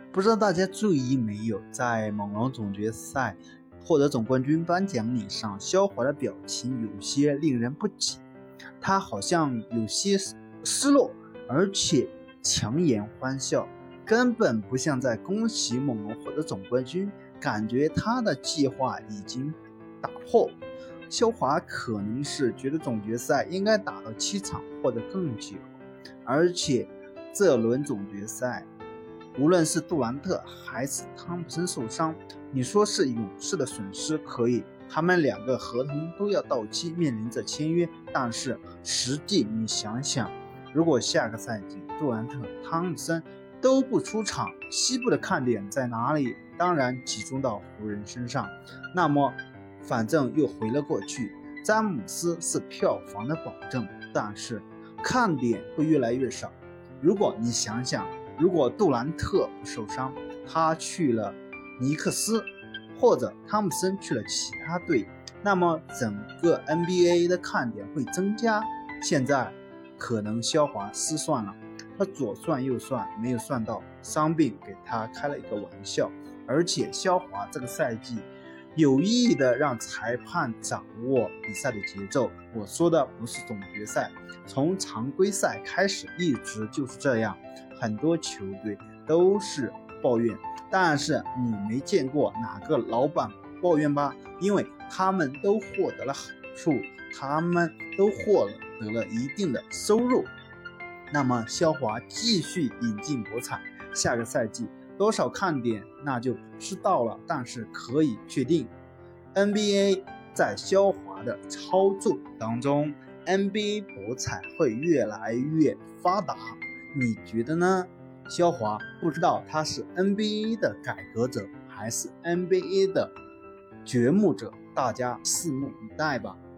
不知道大家注意没有，在猛龙总决赛获得总冠军颁奖礼上，肖华的表情有些令人不解，他好像有些失落，而且强颜欢笑，根本不像在恭喜猛龙获得总冠军，感觉他的计划已经打破。肖华可能是觉得总决赛应该打到7场或者更久，而且这轮总决赛无论是杜兰特还是汤普森受伤，你说是勇士的损失可以，他们2个合同都要到期，面临着签约，但是实际你想想，如果下个赛季杜兰特、汤普森都不出场，西部的看点在哪里？当然集中到湖人身上，那么反正又回了过去。詹姆斯是票房的保证，但是看点会越来越少。如果你想想，如果杜兰特不受伤，他去了尼克斯，或者汤普森去了其他队，那么整个 NBA 的看点会增加。现在可能肖华失算了，他左算右算没有算到，伤病给他开了一个玩笑。而且肖华这个赛季有意的让裁判掌握比赛的节奏，我说的不是总决赛，从常规赛开始一直就是这样，很多球队都是抱怨，但是你没见过哪个老板抱怨吧？因为他们都获得了好处，他们都获得了一定的收入。那么肖华继续引进博彩，下个赛季多少看点那就不知道了，但是可以确定 NBA 在肖华的操纵当中， NBA 博彩会越来越发达，你觉得呢？肖华不知道他是 NBA 的改革者还是 NBA 的掘墓者，大家拭目以待吧。